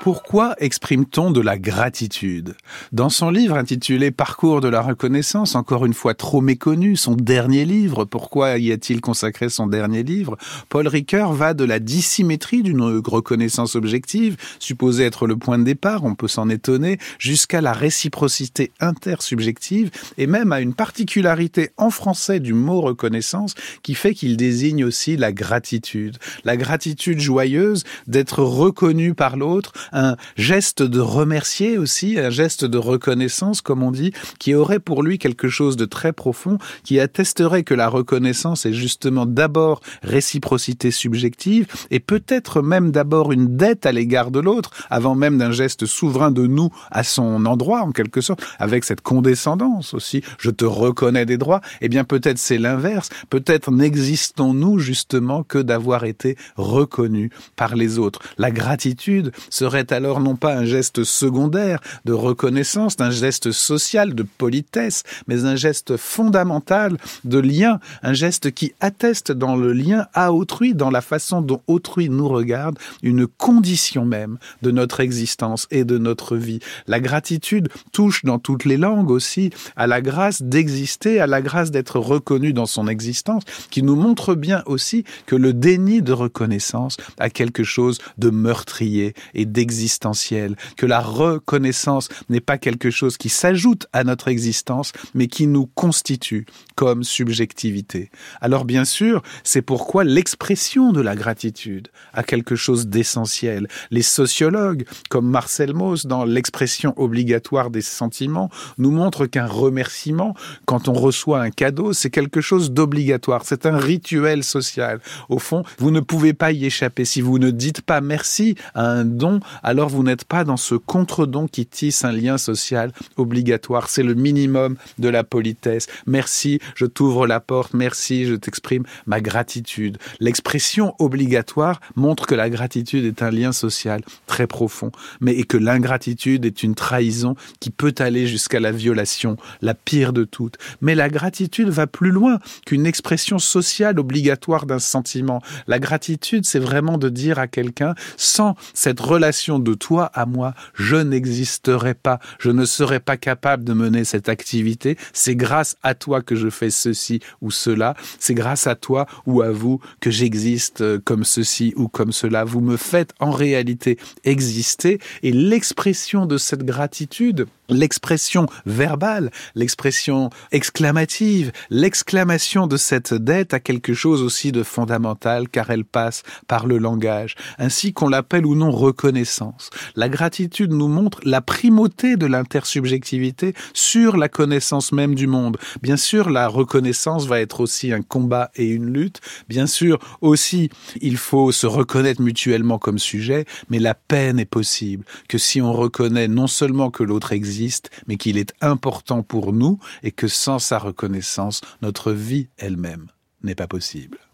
Pourquoi exprime-t-on de la gratitude ? Dans son livre intitulé « Parcours de la reconnaissance », encore une fois trop méconnu, son dernier livre, pourquoi y a-t-il consacré son dernier livre ? Paul Ricoeur va de la dissymétrie d'une reconnaissance objective, supposée être le point de départ, on peut s'en étonner, jusqu'à la réciprocité intersubjective et même à une particularité en français du mot reconnaissance qui fait qu'il désigne aussi la gratitude. La gratitude joyeuse d'être reconnu par l'autre, un geste de remercier aussi, un geste de reconnaissance, comme on dit, qui aurait pour lui quelque chose de très profond, qui attesterait que la reconnaissance est justement d'abord réciprocité subjective et peut-être même d'abord une dette à l'égard de l'autre, avant même d'un geste souverain de nous à son endroit, en quelque sorte, avec cette condescendance aussi. Je te reconnais des droits. Eh bien, peut-être c'est l'inverse. Peut-être n'existons-nous justement que d'avoir été reconnus par les autres. La gratitude serait alors non pas un geste secondaire de reconnaissance, d'un geste social de politesse, mais un geste fondamental de lien, un geste qui atteste dans le lien à autrui, dans la façon dont autrui nous regarde, une condition même de notre existence et de notre vie. La gratitude touche dans toutes les langues aussi à la grâce d'exister, à la grâce d'être reconnu dans son existence, qui nous montre bien aussi que le déni de reconnaissance a quelque chose de meurtrier et d'existentiel, que la reconnaissance n'est pas quelque chose qui s'ajoute à notre existence, mais qui nous constitue comme subjectivité. Alors bien sûr, c'est pourquoi l'expression de la gratitude a quelque chose d'essentiel. Les sociologues, comme Marcel Mauss, dans l'expression obligatoire des sentiments, nous montrent qu'un remerciement, quand on reçoit un cadeau, c'est quelque chose d'obligatoire. C'est un rituel social. Au fond, vous ne pouvez pas y échapper. Si vous ne dites pas merci à un don, alors vous n'êtes pas dans ce contre-don qui tisse un lien social obligatoire. C'est le minimum de la politesse. Merci, je t'ouvre la porte. Merci, je t'exprime ma gratitude. L'expression obligatoire montre que la gratitude est un lien social très profond, mais que l'ingratitude est une trahison qui peut aller jusqu'à la violation, la pire de toutes. Mais la gratitude va plus loin qu'une expression sociale obligatoire d'un sentiment. La gratitude, c'est vraiment de dire à quelqu'un, sans cette relation de toi à moi, je n'existerais pas, je ne serais pas capable de mener cette activité. C'est grâce à toi que je fais ceci ou cela. C'est grâce à toi ou à vous que j'existe comme ceci ou comme cela. Vous me faites en réalité exister et l'expression de cette gratitude, l'expression verbale, l'expression exclamative, l'exclamation de cette dette a quelque chose aussi de fondamental car elle passe par le langage, ainsi qu'on l'appelle ou non reconnaissance. La gratitude nous montre la primauté de l'intersubjectivité sur la connaissance même du monde. Bien sûr, la reconnaissance va être aussi un combat et une lutte. Bien sûr, aussi, il faut se reconnaître mutuellement comme sujet, mais la paix n'est possible que si on reconnaît non seulement que l'autre existe, mais qu'il est important pour nous et que sans sa reconnaissance, notre vie elle-même n'est pas possible.